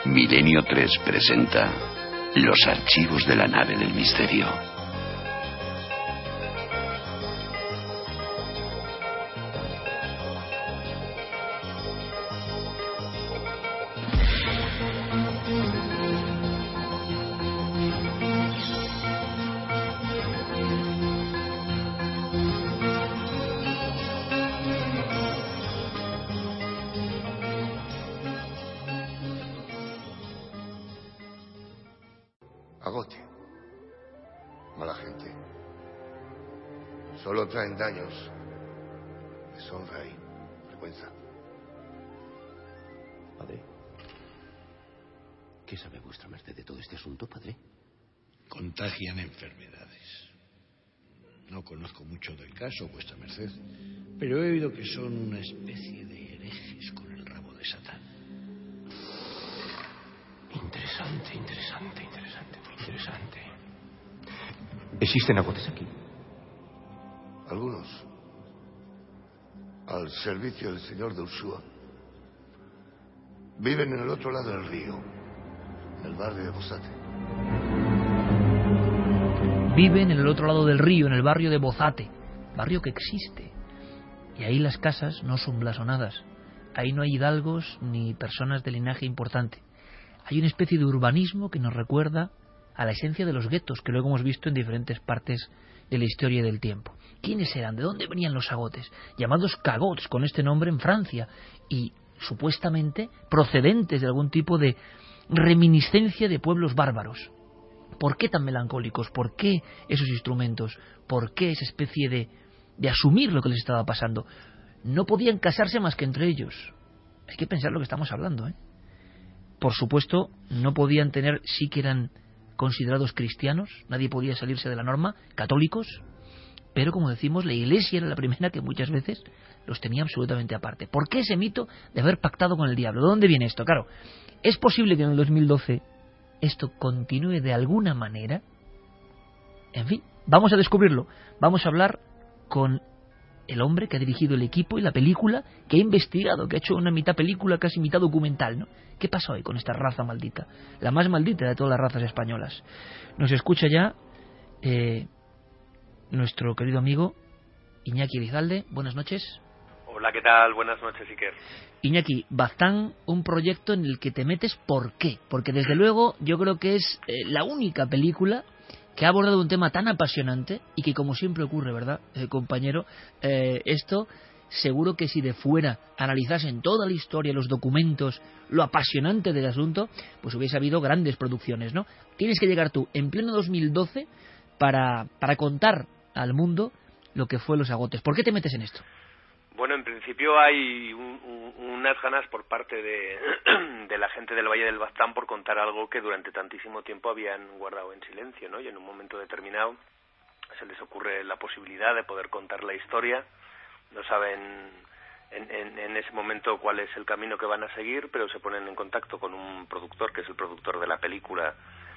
Milenio 3 presenta Los archivos de la nave del misterio. Agote. Mala gente. Solo traen daños, deshonra y vergüenza. Padre, ¿qué sabe vuestra merced de todo este asunto, padre? Contagian enfermedades. No conozco mucho del caso, vuestra merced, pero he oído que son una especie de herejes con el rabo de Satán. Interesante. ¿Existen agotes aquí? Algunos. Al servicio del señor de Ursúa. Viven en el otro lado del río, en el barrio de Bozate. Viven en el otro lado del río, en el barrio de Bozate, barrio que existe. Y ahí las casas no son blasonadas. Ahí no hay hidalgos ni personas de linaje importante. Hay una especie de urbanismo que nos recuerda a la esencia de los guetos, que luego hemos visto en diferentes partes de la historia y del tiempo. ¿Quiénes eran? ¿De dónde venían los agotes? Llamados cagots, con este nombre en Francia, y supuestamente procedentes de algún tipo de reminiscencia de pueblos bárbaros. ¿Por qué tan melancólicos? ¿Por qué esos instrumentos? ¿Por qué esa especie de asumir lo que les estaba pasando? No podían casarse más que entre ellos. Hay que pensar lo que estamos hablando, ¿eh? Por supuesto, no podían tener, sí que eran considerados cristianos, nadie podía salirse de la norma, católicos, pero como decimos, la Iglesia era la primera que muchas veces los tenía absolutamente aparte. ¿Por qué ese mito de haber pactado con el diablo? ¿De dónde viene esto? Claro, ¿es posible que en el 2012 esto continúe de alguna manera? En fin, vamos a descubrirlo. Vamos a hablar con el hombre que ha dirigido el equipo y la película, que ha investigado, que ha hecho una mitad película, casi mitad documental, ¿no? ¿Qué pasa hoy con esta raza maldita? La más maldita de todas las razas españolas. Nos escucha ya nuestro querido amigo Iñaki Elizalde. Buenas noches. Hola, ¿qué tal? Buenas noches, Iker. Iñaki, Baztán, un proyecto en el que te metes, ¿por qué? Porque desde luego yo creo que es la única película que ha abordado un tema tan apasionante y que, como siempre ocurre, ¿verdad, compañero? Esto seguro que si de fuera analizasen toda la historia, los documentos, lo apasionante del asunto, pues hubiese habido grandes producciones, ¿no? Tienes que llegar tú en pleno 2012 para contar al mundo lo que fue Los Agotes. ¿Por qué te metes en esto? Bueno, en principio hay unas ganas por parte de la gente del Valle del Baztán por contar algo que durante tantísimo tiempo habían guardado en silencio, ¿no? Y en un momento determinado se les ocurre la posibilidad de poder contar la historia. No saben en ese momento cuál es el camino que van a seguir, pero se ponen en contacto con un productor, que es el productor de la película,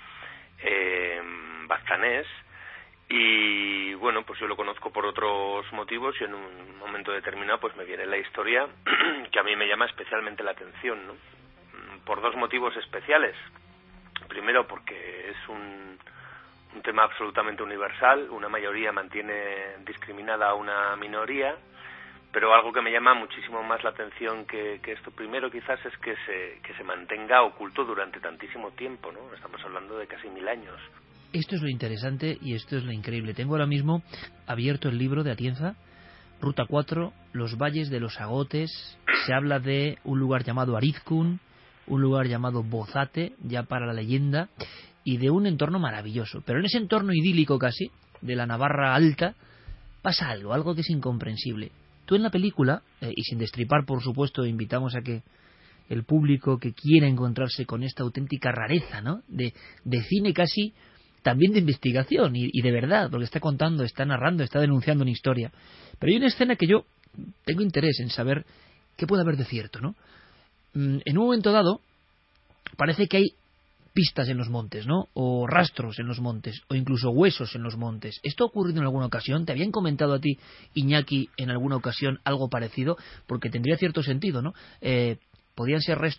baztanés. Y bueno, pues yo lo conozco por otros motivos y en un momento determinado pues me viene la historia que a mí me llama especialmente la atención, ¿no? Por dos motivos especiales. Primero, porque es un tema absolutamente universal. Una mayoría mantiene discriminada a una minoría, pero algo que me llama muchísimo más la atención que esto primero quizás es que se mantenga oculto durante tantísimo tiempo, ¿no? Estamos hablando de casi 1000 años. Esto es lo interesante y esto es lo increíble. Tengo ahora mismo abierto el libro de Atienza, Ruta 4, Los Valles de los Agotes. Se habla de un lugar llamado Arizkun, un lugar llamado Bozate, ya para la leyenda, y de un entorno maravilloso. Pero en ese entorno idílico casi, de la Navarra alta, pasa algo que es incomprensible. Tú en la película, y sin destripar por supuesto, invitamos a que el público que quiera encontrarse con esta auténtica rareza, ¿no? de cine casi, también de investigación y de verdad, porque está contando, está narrando, está denunciando una historia. Pero hay una escena que yo tengo interés en saber qué puede haber de cierto, ¿no? En un momento dado, parece que hay pistas en los montes, ¿no? O rastros en los montes, o incluso huesos en los montes. ¿Esto ha ocurrido en alguna ocasión? ¿Te habían comentado a ti, Iñaki, en alguna ocasión algo parecido? Porque tendría cierto sentido, ¿no? Podrían ser restos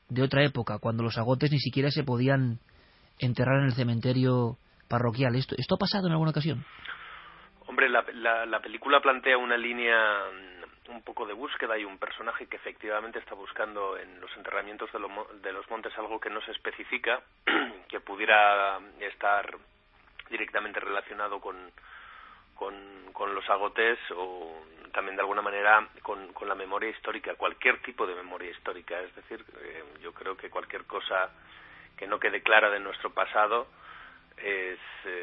de otra época, cuando los agotes ni siquiera se podían enterrar en el cementerio parroquial. ¿Esto ha pasado en alguna ocasión? Hombre, la película plantea una línea un poco de búsqueda y un personaje que efectivamente está buscando en los enterramientos de los montes algo que no se especifica, que pudiera estar directamente relacionado con los agotes o también de alguna manera con la memoria histórica, cualquier tipo de memoria histórica. Es decir, yo creo que cualquier cosa que no quede clara de nuestro pasado es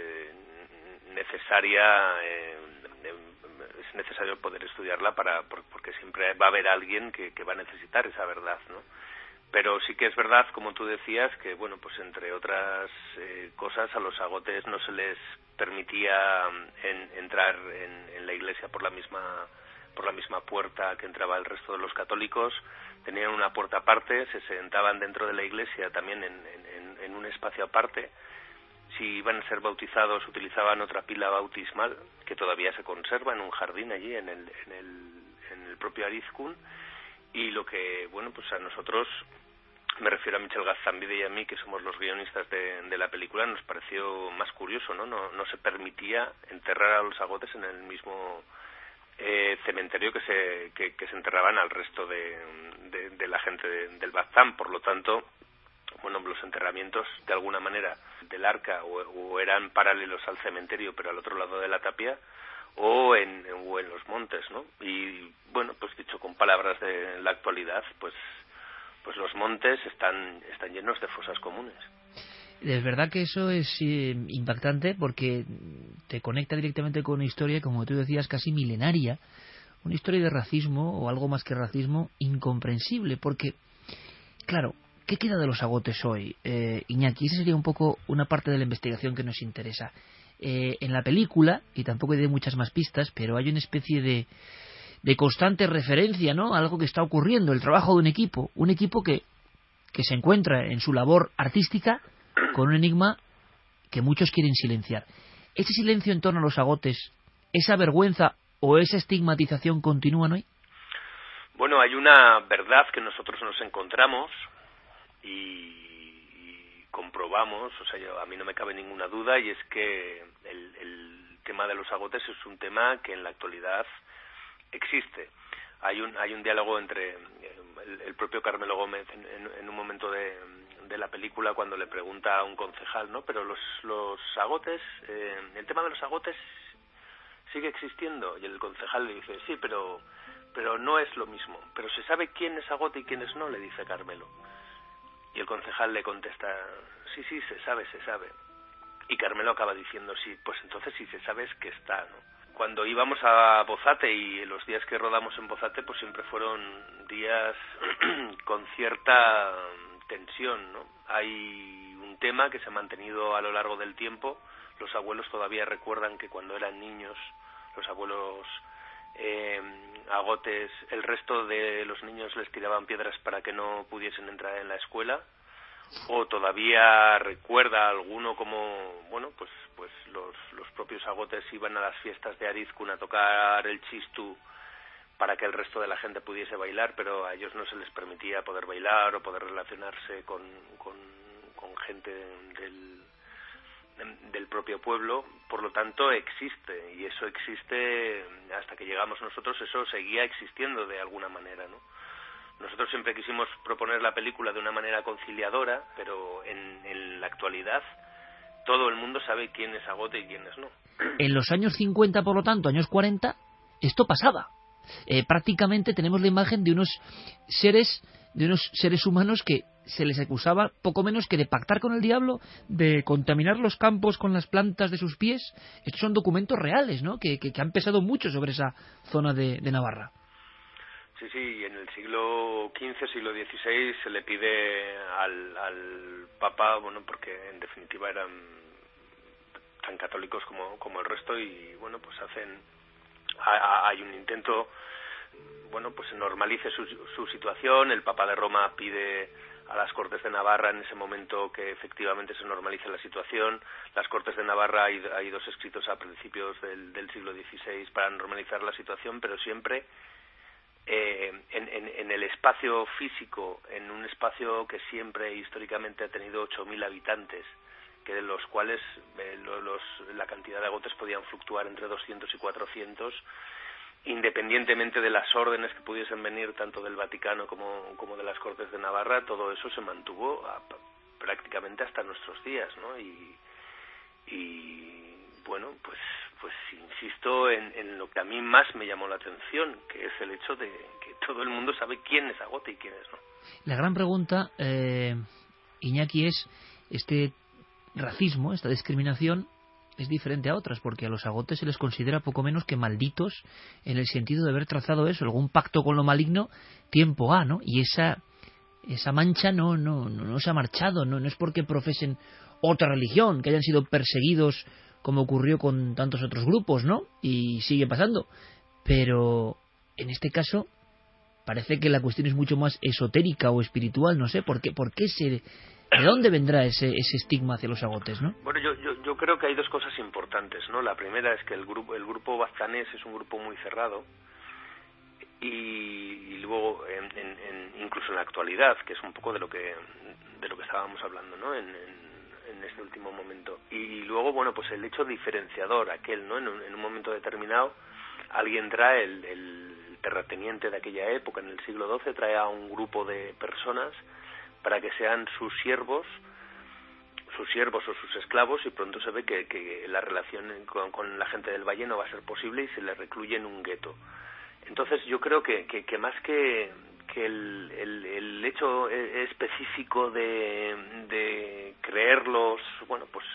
necesario poder estudiarla porque siempre va a haber alguien que va a necesitar esa verdad, ¿no? Pero sí que es verdad, como tú decías, que bueno, pues entre otras cosas a los agotes no se les permitía entrar en la iglesia por la misma puerta que entraba el resto de los católicos. Tenían una puerta aparte, se sentaban dentro de la iglesia también en un espacio aparte. Si iban a ser bautizados utilizaban otra pila bautismal que todavía se conserva en un jardín allí en el propio Arizkun. Y lo que, bueno, pues a nosotros, me refiero a Michel Gaztambide y a mí, que somos los guionistas de la película, nos pareció más curioso, ¿no? No se permitía enterrar a los agotes en el mismo cementerio que se enterraban al resto de la gente del Baztán. Por lo tanto, bueno, los enterramientos de alguna manera del arca o eran paralelos al cementerio pero al otro lado de la tapia o en los montes, ¿no? Y bueno, pues dicho con palabras de la actualidad, pues los montes están llenos de fosas comunes. Es verdad que eso es impactante porque te conecta directamente con una historia, como tú decías, casi milenaria, una historia de racismo o algo más que racismo incomprensible, porque claro, ¿qué queda de los agotes hoy? Iñaki, esa sería un poco una parte de la investigación que nos interesa. En la película, y tampoco hay muchas más pistas, pero hay una especie de constante referencia, ¿no?, a algo que está ocurriendo, el trabajo de un equipo que se encuentra en su labor artística con un enigma que muchos quieren silenciar. ¿Ese silencio en torno a los agotes, esa vergüenza o esa estigmatización continúan hoy? Bueno, hay una verdad que nosotros nos encontramos y comprobamos, o sea, a mí no me cabe ninguna duda, y es que el tema de los agotes es un tema que en la actualidad existe. Hay un diálogo entre el propio Carmelo Gómez en un momento de la película cuando le pregunta a un concejal, ¿no? Pero los agotes, el tema de los agotes sigue existiendo, y el concejal le dice, sí, pero no es lo mismo. Pero se sabe quién es agote y quién es no, le dice Carmelo. Y el concejal le contesta, sí, se sabe. Y Carmelo acaba diciendo, sí, pues entonces si se sabe es que está, ¿no? Cuando íbamos a Bozate y los días que rodamos en Bozate, pues siempre fueron días con cierta tensión, ¿no? Hay un tema que se ha mantenido a lo largo del tiempo. Los abuelos todavía recuerdan que cuando eran niños, los abuelos agotes, el resto de los niños les tiraban piedras para que no pudiesen entrar en la escuela, o todavía recuerda alguno como, bueno, pues los propios agotes iban a las fiestas de Arizkun a tocar el chistu para que el resto de la gente pudiese bailar, pero a ellos no se les permitía poder bailar o poder relacionarse con gente del propio pueblo. Por lo tanto existe, y eso existe hasta que llegamos nosotros, eso seguía existiendo de alguna manera, ¿no? Nosotros siempre quisimos proponer la película de una manera conciliadora, pero en la actualidad todo el mundo sabe quién es agote y quién es no. En los años 50, por lo tanto, años 40, esto pasaba. Prácticamente tenemos la imagen de unos seres humanos que se les acusaba poco menos que de pactar con el diablo, de contaminar los campos con las plantas de sus pies. Estos son documentos reales, ¿no?, que han pesado mucho sobre esa zona de Navarra. Sí, y en el siglo XV, siglo XVI se le pide al Papa, bueno, porque en definitiva eran tan católicos como el resto, y bueno, pues hay un intento, bueno, pues se normalice su situación. El Papa de Roma pide a las Cortes de Navarra en ese momento que efectivamente se normalice la situación. Las Cortes de Navarra, hay dos escritos a principios del siglo XVI para normalizar la situación, pero siempre en el espacio físico en un espacio que siempre históricamente ha tenido 8.000 habitantes, que de los cuales la cantidad de agotes podían fluctuar entre 200 y 400, independientemente de las órdenes que pudiesen venir tanto del Vaticano como de las Cortes de Navarra. Todo eso se mantuvo prácticamente hasta nuestros días, ¿no? Y bueno, pues insisto en lo que a mí más me llamó la atención, que es el hecho de que todo el mundo sabe quién es Agote y quién es no. La gran pregunta, Iñaki, es este racismo, esta discriminación es diferente a otras, porque a los agotes se les considera poco menos que malditos, en el sentido de haber trazado eso, algún pacto con lo maligno tiempo A, ¿no? Y esa mancha no se ha marchado, no es porque profesen otra religión, que hayan sido perseguidos como ocurrió con tantos otros grupos, ¿no? Y sigue pasando. Pero en este caso parece que la cuestión es mucho más esotérica o espiritual, no sé, ¿de dónde vendrá ese estigma hacia los agotes, no? Bueno, yo creo que hay dos cosas importantes, ¿no? La primera es que el grupo baztanés es un grupo muy cerrado, y luego incluso en la actualidad, que es un poco de lo que estábamos hablando, ¿no? En este último momento. Y luego, bueno, pues el hecho diferenciador, aquel, ¿no? En un momento determinado, alguien trae el terrateniente de aquella época, en el siglo XII, trae a un grupo de personas para que sean sus siervos o sus esclavos, y pronto se ve que la relación con la gente del valle no va a ser posible y se le recluye en un gueto. Entonces yo creo que más que el hecho específico de creerlos, bueno, pues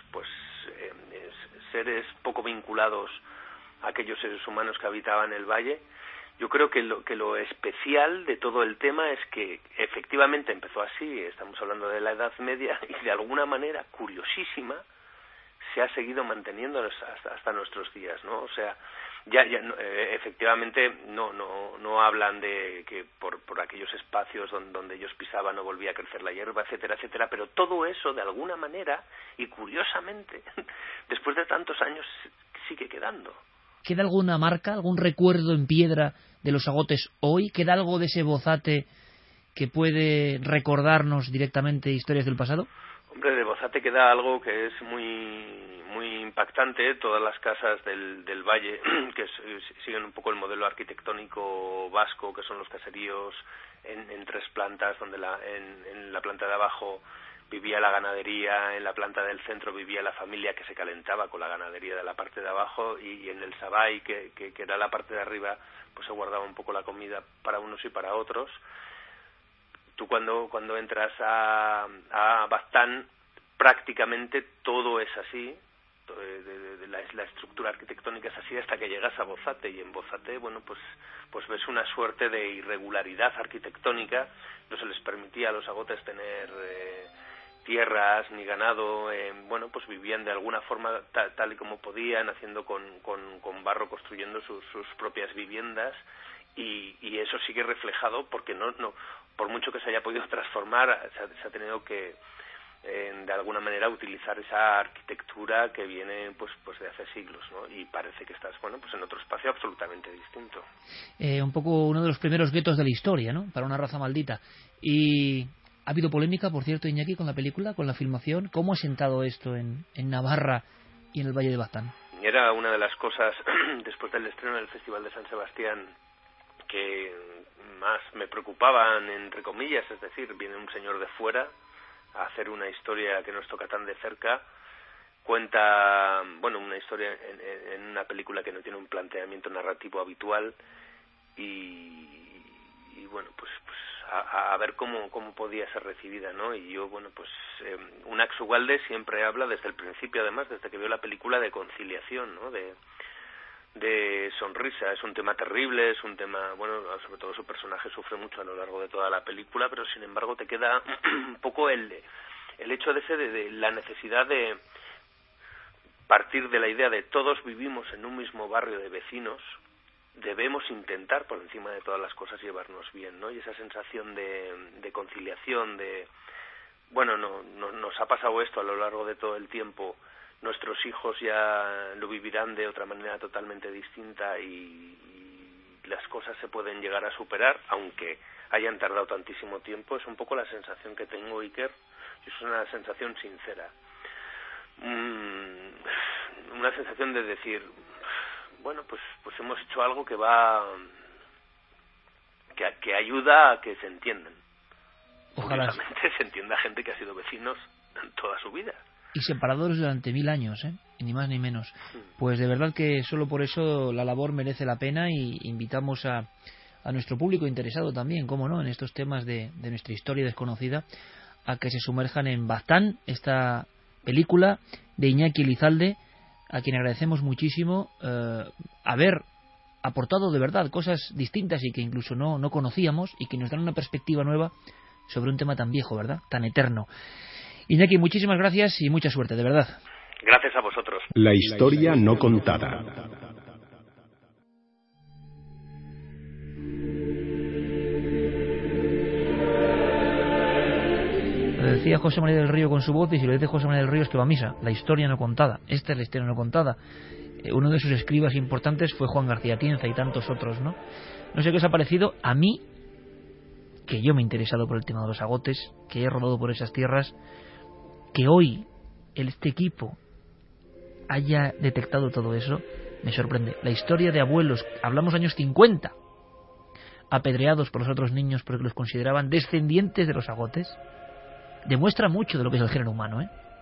seres poco vinculados a aquellos seres humanos que habitaban el valle, yo creo que lo especial de todo el tema es que efectivamente empezó así, estamos hablando de la Edad Media, y de alguna manera curiosísima se ha seguido manteniendo hasta nuestros días, ¿no? O sea, ya efectivamente no hablan de que por aquellos espacios donde ellos pisaban no volvía a crecer la hierba, etcétera, etcétera, pero todo eso de alguna manera y curiosamente después de tantos años sigue quedando. ¿Queda alguna marca, algún recuerdo en piedra de los agotes hoy? ¿Queda algo de ese Bozate que puede recordarnos directamente historias del pasado? Hombre, de Bozate queda algo que es muy impactante. Todas las casas del valle, que siguen un poco el modelo arquitectónico vasco, que son los caseríos en tres plantas, donde en la planta de abajo vivía la ganadería, en la planta del centro vivía la familia que se calentaba con la ganadería de la parte de abajo, y en el Sabay, que era la parte de arriba, pues se guardaba un poco la comida para unos y para otros. Tú cuando entras a Baztán, prácticamente todo es así, la estructura arquitectónica es así hasta que llegas a Bozate, y en Bozate, bueno, pues ves una suerte de irregularidad arquitectónica. No se les permitía a los agotes tener tierras ni ganado, bueno, pues vivían de alguna forma tal y como podían, haciendo con barro, construyendo sus propias viviendas, y eso sigue reflejado, porque no por mucho que se haya podido transformar, se ha tenido que de alguna manera utilizar esa arquitectura que viene pues de hace siglos, ¿no? Y parece que estás, bueno, pues en otro espacio absolutamente distinto. Un poco uno de los primeros guetos de la historia, ¿no? Para una raza maldita. Y ha habido polémica, por cierto, Iñaki, con la película, con la filmación. ¿Cómo ha sentado esto en Navarra y en el Valle de Baztán? Era una de las cosas, después del estreno del Festival de San Sebastián, que más me preocupaban, entre comillas. Es decir, viene un señor de fuera a hacer una historia que nos toca tan de cerca, cuenta, bueno, una historia en una película que no tiene un planteamiento narrativo habitual, y bueno, pues a ver cómo podía ser recibida, ¿no? Y yo, bueno, pues Unax Ugalde siempre habla desde el principio, además, desde que vio la película, de conciliación, ¿no? De sonrisa. Es un tema terrible, es un tema, bueno, sobre todo su personaje sufre mucho a lo largo de toda la película, pero sin embargo te queda un poco el hecho de la necesidad de partir de la idea de todos vivimos en un mismo barrio de vecinos, debemos intentar por encima de todas las cosas llevarnos bien, ¿no? Y esa sensación de conciliación, bueno, nos ha pasado esto a lo largo de todo el tiempo. Nuestros hijos ya lo vivirán de otra manera totalmente distinta, y las cosas se pueden llegar a superar, aunque hayan tardado tantísimo tiempo. Es un poco la sensación que tengo, Iker, y es una sensación sincera. Una sensación de decir, bueno, pues hemos hecho algo que ayuda a que se entiendan. Ojalá Curiosamente se entienda gente que ha sido vecinos toda su vida. Y separados durante 1000 años, ni más ni menos. Pues de verdad que solo por eso la labor merece la pena, y invitamos a nuestro público interesado también, cómo no, en estos temas de nuestra historia desconocida, a que se sumerjan en Baztán, esta película de Iñaki Elizalde, a quien agradecemos muchísimo haber aportado de verdad cosas distintas y que incluso no conocíamos, y que nos dan una perspectiva nueva sobre un tema tan viejo, ¿verdad?, tan eterno. Iñaki, muchísimas gracias y mucha suerte, de verdad. Gracias a vosotros. La historia no contada. Lo decía José María del Río con su voz, y si lo dice José María del Río es que va a misa. La historia no contada. Esta es la historia no contada. Uno de sus escribas importantes fue Juan García Tienza y tantos otros, ¿no? No sé qué os ha parecido. A mí, que yo me he interesado por el tema de los agotes, que he rodado por esas tierras, que hoy este equipo haya detectado todo eso, me sorprende. La historia de abuelos, hablamos años 50, apedreados por los otros niños porque los consideraban descendientes de los agotes, demuestra mucho de lo que es el género humano,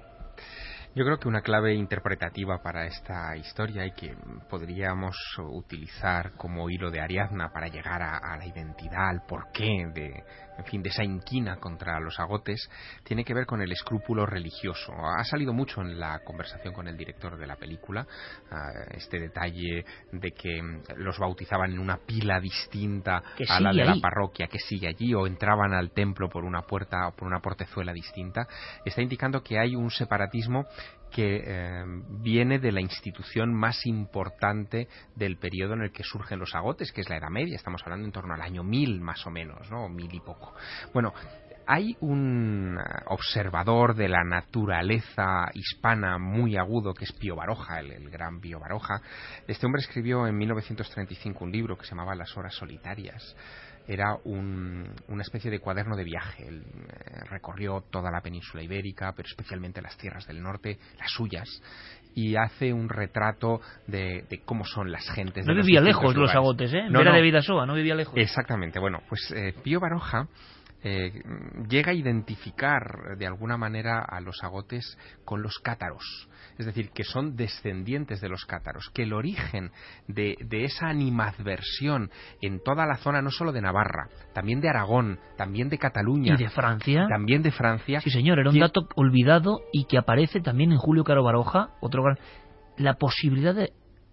Yo creo que una clave interpretativa para esta historia, y que podríamos utilizar como hilo de Ariadna para llegar a la identidad, al porqué de esa inquina contra los agotes, tiene que ver con el escrúpulo religioso. Ha salido mucho en la conversación con el director de la película, este detalle de que los bautizaban en una pila distinta a la de la parroquia, que sigue allí, o entraban al templo por una puerta o por una portezuela distinta. Está indicando que hay un separatismo que viene de la institución más importante del periodo en el que surgen los agotes, que es la Edad Media. Estamos hablando en torno al año 1000 más o menos, ¿no? 1000 y poco. Bueno, hay un observador de la naturaleza hispana muy agudo, que es Pío Baroja, el gran Pío Baroja. Este hombre escribió en 1935 un libro que se llamaba Las horas solitarias. Era una especie de cuaderno de viaje. Él recorrió toda la península ibérica, pero especialmente las tierras del norte, las suyas, y hace un retrato de cómo son las gentes. No vivía lejos de los agotes, Vera de Vidasoa, no vivía lejos. Exactamente. Bueno, pues Pío Baroja llega a identificar de alguna manera a los agotes con los cátaros, es decir, que son descendientes de los cátaros, que el origen de esa animadversión en toda la zona, no solo de Navarra, también de Aragón, también de Cataluña, y de Francia, también de Francia. Sí, señor, era un dato olvidado y que aparece también en Julio Caro Baroja, otro gran, la posibilidad de,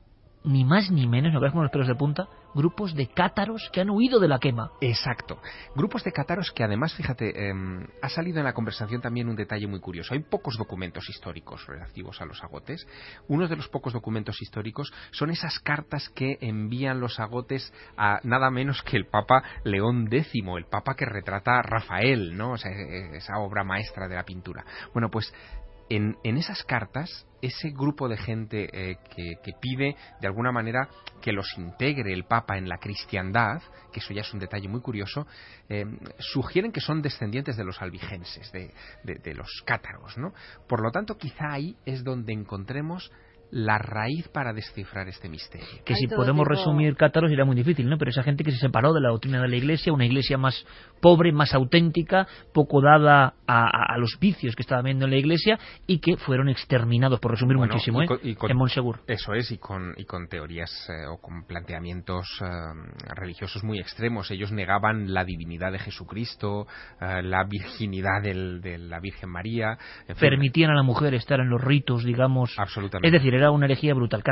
ni más ni menos, no veas con los pelos de punta, grupos de cátaros que han huido de la quema. Exacto. Grupos de cátaros que además, fíjate, ha salido en la conversación también un detalle muy curioso. Hay pocos documentos históricos relativos a los agotes. Uno de los pocos documentos históricos son esas cartas que envían los agotes a nada menos que el Papa León X, el Papa que retrata a Rafael, ¿no? O sea, esa obra maestra de la pintura. Bueno, pues en esas cartas, ese grupo de gente que pide de alguna manera que los integre el Papa en la cristiandad, que eso ya es un detalle muy curioso, sugieren que son descendientes de los albigenses, de los cátaros, ¿no? Por lo tanto, quizá ahí es donde encontremos la raíz para descifrar este misterio. Que si podemos resumir cátaros era muy difícil, ¿no? Pero esa gente que se separó de la doctrina de la Iglesia, una Iglesia más pobre, más auténtica, poco dada a los vicios que estaba viendo en la Iglesia, y que fueron exterminados, por resumir muchísimo, en Montsegur. Eso es, y con teorías o con planteamientos religiosos muy extremos. Ellos negaban la divinidad de Jesucristo, la virginidad de la Virgen María. En fin. Permitían a la mujer estar en los ritos, digamos. Absolutamente. Es decir, era una herejía brutal.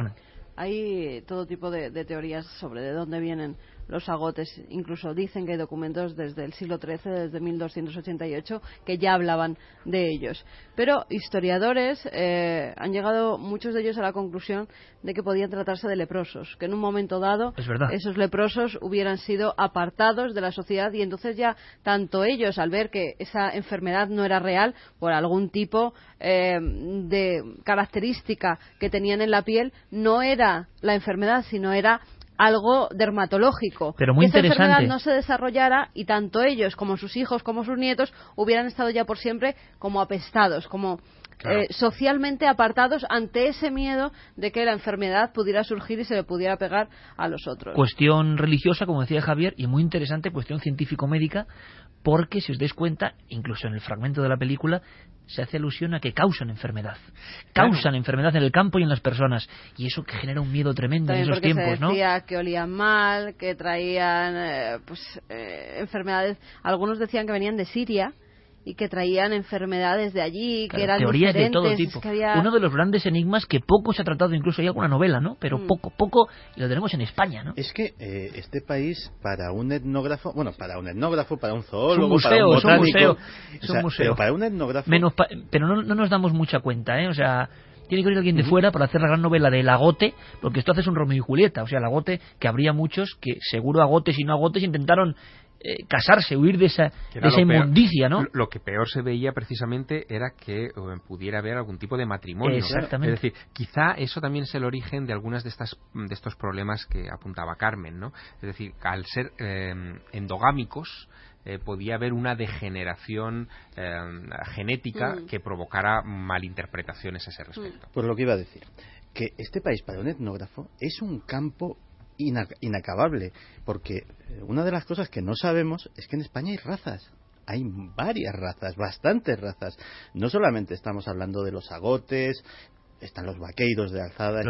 Hay todo tipo de teorías sobre de dónde vienen los agotes. Incluso dicen que hay documentos desde el siglo XIII, desde 1288, que ya hablaban de ellos. Pero historiadores han llegado, muchos de ellos, a la conclusión de que podían tratarse de leprosos, que en un momento dado esos leprosos hubieran sido apartados de la sociedad, y entonces ya tanto ellos, al ver que esa enfermedad no era real por algún tipo de característica que tenían en la piel, no era la enfermedad, sino era algo dermatológico. Pero muy que esta interesante. enfermedad no se desarrollara y tanto ellos como sus hijos como sus nietos hubieran estado ya por siempre como apestados, como socialmente apartados ante ese miedo de que la enfermedad pudiera surgir y se le pudiera pegar a los otros. Cuestión religiosa, como decía Javier, y muy interesante, cuestión científico-médica, porque si os dais cuenta, incluso en el fragmento de la película, se hace alusión a que causan enfermedad. Causan enfermedad en el campo y en las personas. Y eso que genera un miedo tremendo también en esos porque tiempos, se decía que olían mal, que traían enfermedades. Algunos decían que venían de Siria y que traían enfermedades de allí, Claro, que eran teorías diferentes, de todo tipo. que había... Uno de los grandes enigmas que poco se ha tratado, incluso hay alguna novela, ¿no? Pero poco, y lo tenemos en España, ¿no? Es que este país, para un etnógrafo, para un zoólogo, es un para un museo, botánico... es un museo. Pero para un etnógrafo... Pero no nos damos mucha cuenta, ¿eh? O sea, tiene que venir alguien de fuera para hacer la gran novela de Agote, porque esto haces un Romeo y Julieta. O sea, el Agote, que habría muchos que, seguro Agotes y no Agotes, intentaron casarse, huir de esa inmundicia, ¿no? Lo que peor se veía precisamente era que pudiera haber algún tipo de matrimonio. Exactamente. Es decir, quizá eso también es el origen de algunas de estos problemas que apuntaba Carmen, ¿no? Es decir, al ser endogámicos, podía haber una degeneración genética que provocara malinterpretaciones a ese respecto. Pues lo que iba a decir, que este país para un etnógrafo es un campo inacabable, porque una de las cosas que no sabemos es que en España hay razas. Hay varias razas, bastantes razas. No solamente estamos hablando de los agotes, están los vaqueiros de Alzada,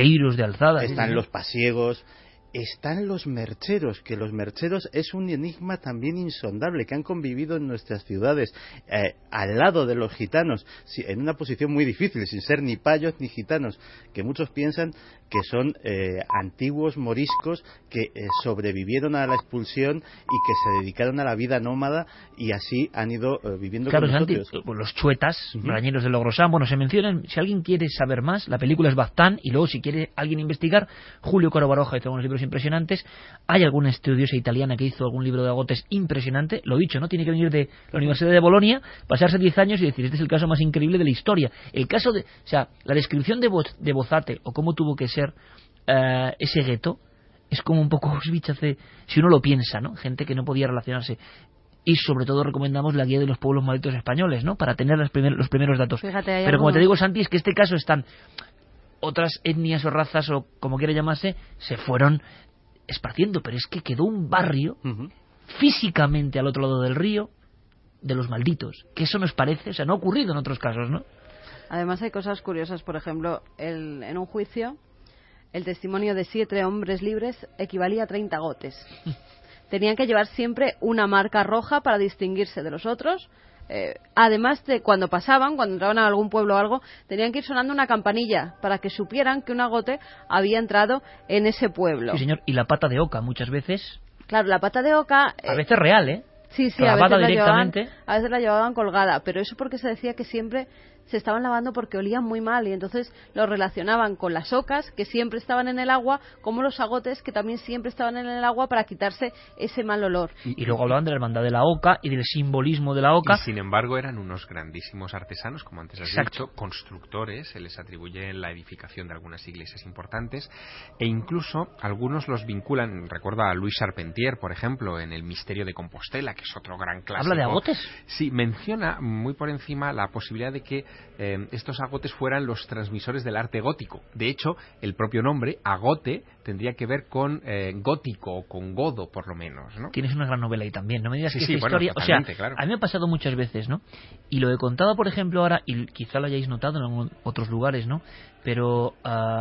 están los pasiegos, están los mercheros, que los mercheros es un enigma también insondable, que han convivido en nuestras ciudades al lado de los gitanos, en una posición muy difícil, sin ser ni payos ni gitanos, que muchos piensan que son antiguos moriscos que sobrevivieron a la expulsión y que se dedicaron a la vida nómada y así han ido viviendo con nosotros. Los chuetas, brañeros de Logrosán, se mencionan. Si alguien quiere saber más, la película es Baztán, y luego si quiere alguien investigar, Julio Caro Baroja hizo unos libros impresionantes. Hay alguna estudiosa italiana que hizo algún libro de agotes impresionante. Lo dicho, ¿no? Tiene que venir de la Universidad de Bolonia, pasarse 10 años y decir, este es el caso más increíble de la historia. El caso de, o sea, la descripción de Bozate, o cómo tuvo que ser ese gueto, es como un poco Auschwitz hace, si uno lo piensa, ¿no? Gente que no podía relacionarse. Y sobre todo recomendamos la guía de los pueblos malditos españoles, ¿no? Para tener los primeros datos. Fíjate, pero como te digo, Santi, es que este caso están otras etnias o razas o como quiera llamarse, se fueron esparciendo, pero es que quedó un barrio físicamente al otro lado del río de los malditos, que eso nos parece, o sea, no ha ocurrido en otros casos, ¿no? Además hay cosas curiosas, por ejemplo, en un juicio el testimonio de 7 hombres libres equivalía a 30 agotes. Tenían que llevar siempre una marca roja para distinguirse de los otros. Además de cuando entraban a algún pueblo o algo, tenían que ir sonando una campanilla para que supieran que un agote había entrado en ese pueblo. Sí, señor, y la pata de oca muchas veces. Claro, la pata de oca... a veces real, ¿eh? Sí, clavada directamente. A veces la llevaban colgada, pero eso porque se decía que siempre se estaban lavando porque olían muy mal y entonces lo relacionaban con las ocas que siempre estaban en el agua, como los agotes que también siempre estaban en el agua para quitarse ese mal olor. Y luego hablaban de la hermandad de la oca y del simbolismo de la oca. Y sin embargo eran unos grandísimos artesanos, como antes has dicho, constructores, se les atribuye la edificación de algunas iglesias importantes e incluso algunos los vinculan, recuerda a Luis Charpentier, por ejemplo, en El misterio de Compostela, que es otro gran clásico. ¿Habla de agotes? Sí, menciona muy por encima la posibilidad de que estos agotes fueran los transmisores del arte gótico. De hecho, el propio nombre, agote, tendría que ver con gótico o con godo, por lo menos, ¿no? Tienes una gran novela ahí también. No me digas que esta bueno, historia... O sea, claro. A mí me ha pasado muchas veces, ¿no? Y lo he contado, por ejemplo, ahora, y quizá lo hayáis notado en algunos otros lugares, ¿no? Pero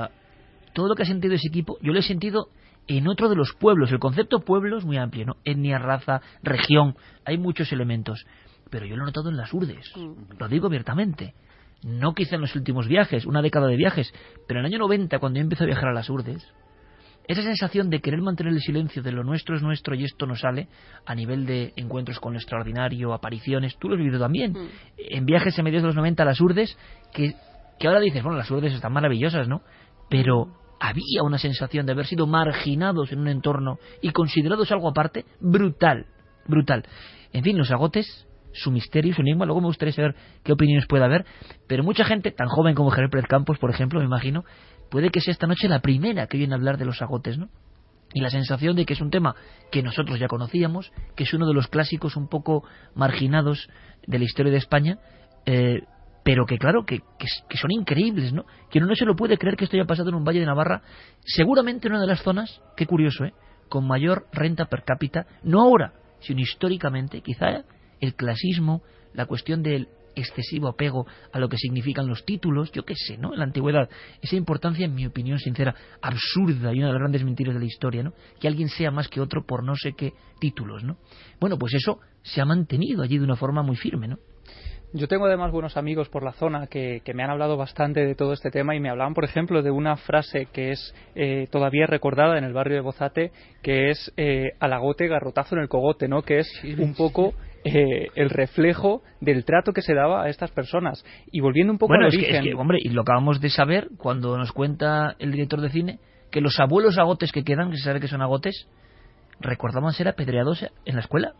todo lo que ha sentido ese equipo, yo lo he sentido en otro de los pueblos. El concepto pueblo es muy amplio, ¿no? Etnia, raza, región, hay muchos elementos. Pero yo lo he notado en las Urdes, lo digo abiertamente. No quizá en los últimos viajes, una década de viajes, pero en el año 90, cuando yo empecé a viajar a las Urdes, esa sensación de querer mantener el silencio de lo nuestro es nuestro y esto no sale, a nivel de encuentros con lo extraordinario, apariciones, tú lo has vivido también, en viajes en mediados de los 90 a las Urdes, que ahora dices, bueno, las Urdes están maravillosas, ¿no? Pero había una sensación de haber sido marginados en un entorno y considerados algo aparte, brutal. En fin, los agotes, su misterio, su enigma. Luego me gustaría saber qué opiniones puede haber, pero mucha gente, tan joven como Javier Pérez Campos, por ejemplo, me imagino, puede que sea esta noche la primera que viene a hablar de los agotes, ¿no? y la sensación de que es un tema que nosotros ya conocíamos, que es uno de los clásicos un poco marginados de la historia de España, pero que claro, que son increíbles, ¿no? Que uno no se lo puede creer que esto haya pasado en un valle de Navarra, seguramente en una de las zonas, qué curioso, con mayor renta per cápita, no ahora, sino históricamente. Quizá el clasismo, la cuestión del excesivo apego a lo que significan los títulos, yo qué sé, ¿no? En la antigüedad, esa importancia, en mi opinión sincera, absurda y una de las grandes mentiras de la historia, ¿no? Que alguien sea más que otro por no sé qué títulos, ¿no? Bueno, pues eso se ha mantenido allí de una forma muy firme, ¿no? Yo tengo además buenos amigos por la zona que me han hablado bastante de todo este tema y me hablaban, por ejemplo, de una frase que es todavía recordada en el barrio de Bozate, que es alagote, garrotazo en el cogote, ¿no? Que es un poco el reflejo del trato que se daba a estas personas. Y volviendo un poco al origen... Es que, hombre, y lo acabamos de saber cuando nos cuenta el director de cine, que los abuelos agotes que quedan, que se sabe que son agotes, recordaban ser apedreados en la escuela.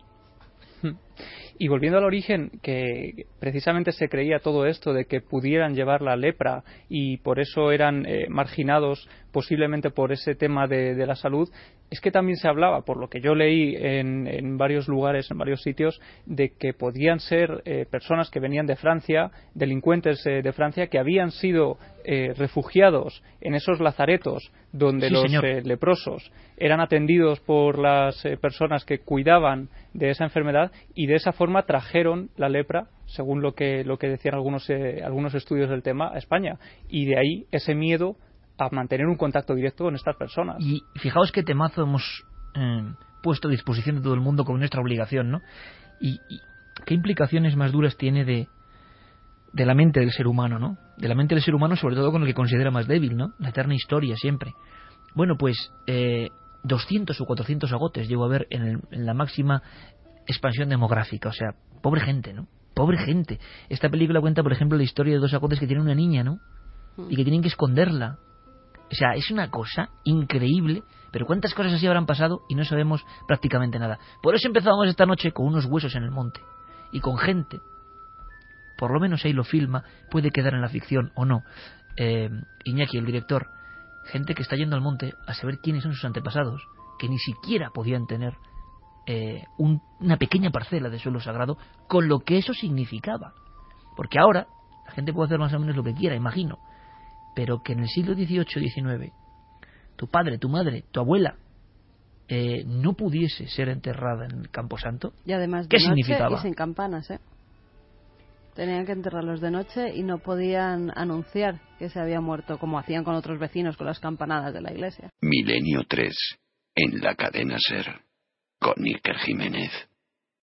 Y volviendo al origen, que precisamente se creía todo esto de que pudieran llevar la lepra y por eso eran marginados posiblemente por ese tema de la salud, es que también se hablaba, por lo que yo leí en varios lugares, en varios sitios, de que podían ser personas que venían de Francia, delincuentes de Francia, que habían sido refugiados en esos lazaretos donde los leprosos eran atendidos por las personas que cuidaban de esa enfermedad, y de esa forma trajeron la lepra, según lo que decían algunos estudios del tema, a España, y de ahí ese miedo a mantener un contacto directo con estas personas. Y fijaos qué temazo hemos puesto a disposición de todo el mundo como nuestra obligación, ¿no? Y qué implicaciones más duras tiene de la mente del ser humano, ¿no? De la mente del ser humano, sobre todo con el que considera más débil, ¿no? La eterna historia siempre. Bueno, pues 200 o 400 agotes llego a ver en la máxima expansión demográfica. O sea, pobre gente, ¿no? Pobre gente. Esta película cuenta, por ejemplo, la historia de 2 agotes que tienen una niña, ¿no? Y que tienen que esconderla. O sea, es una cosa increíble, pero cuántas cosas así habrán pasado y no sabemos prácticamente nada. Por eso empezábamos esta noche con unos huesos en el monte y con gente, por lo menos ahí lo filma, puede quedar en la ficción o no. Iñaki, el director, gente que está yendo al monte a saber quiénes son sus antepasados, que ni siquiera podían tener una pequeña parcela de suelo sagrado, con lo que eso significaba. Porque ahora la gente puede hacer más o menos lo que quiera, imagino, pero que en el siglo XVIII-XIX tu padre, tu madre, tu abuela no pudiese ser enterrada en el Camposanto, y además ¿qué de noche significaba? Y sin campanas, tenían que enterrarlos de noche y no podían anunciar que se había muerto, como hacían con otros vecinos con las campanadas de la iglesia. Milenio 3, en la cadena SER, con Iker Jiménez.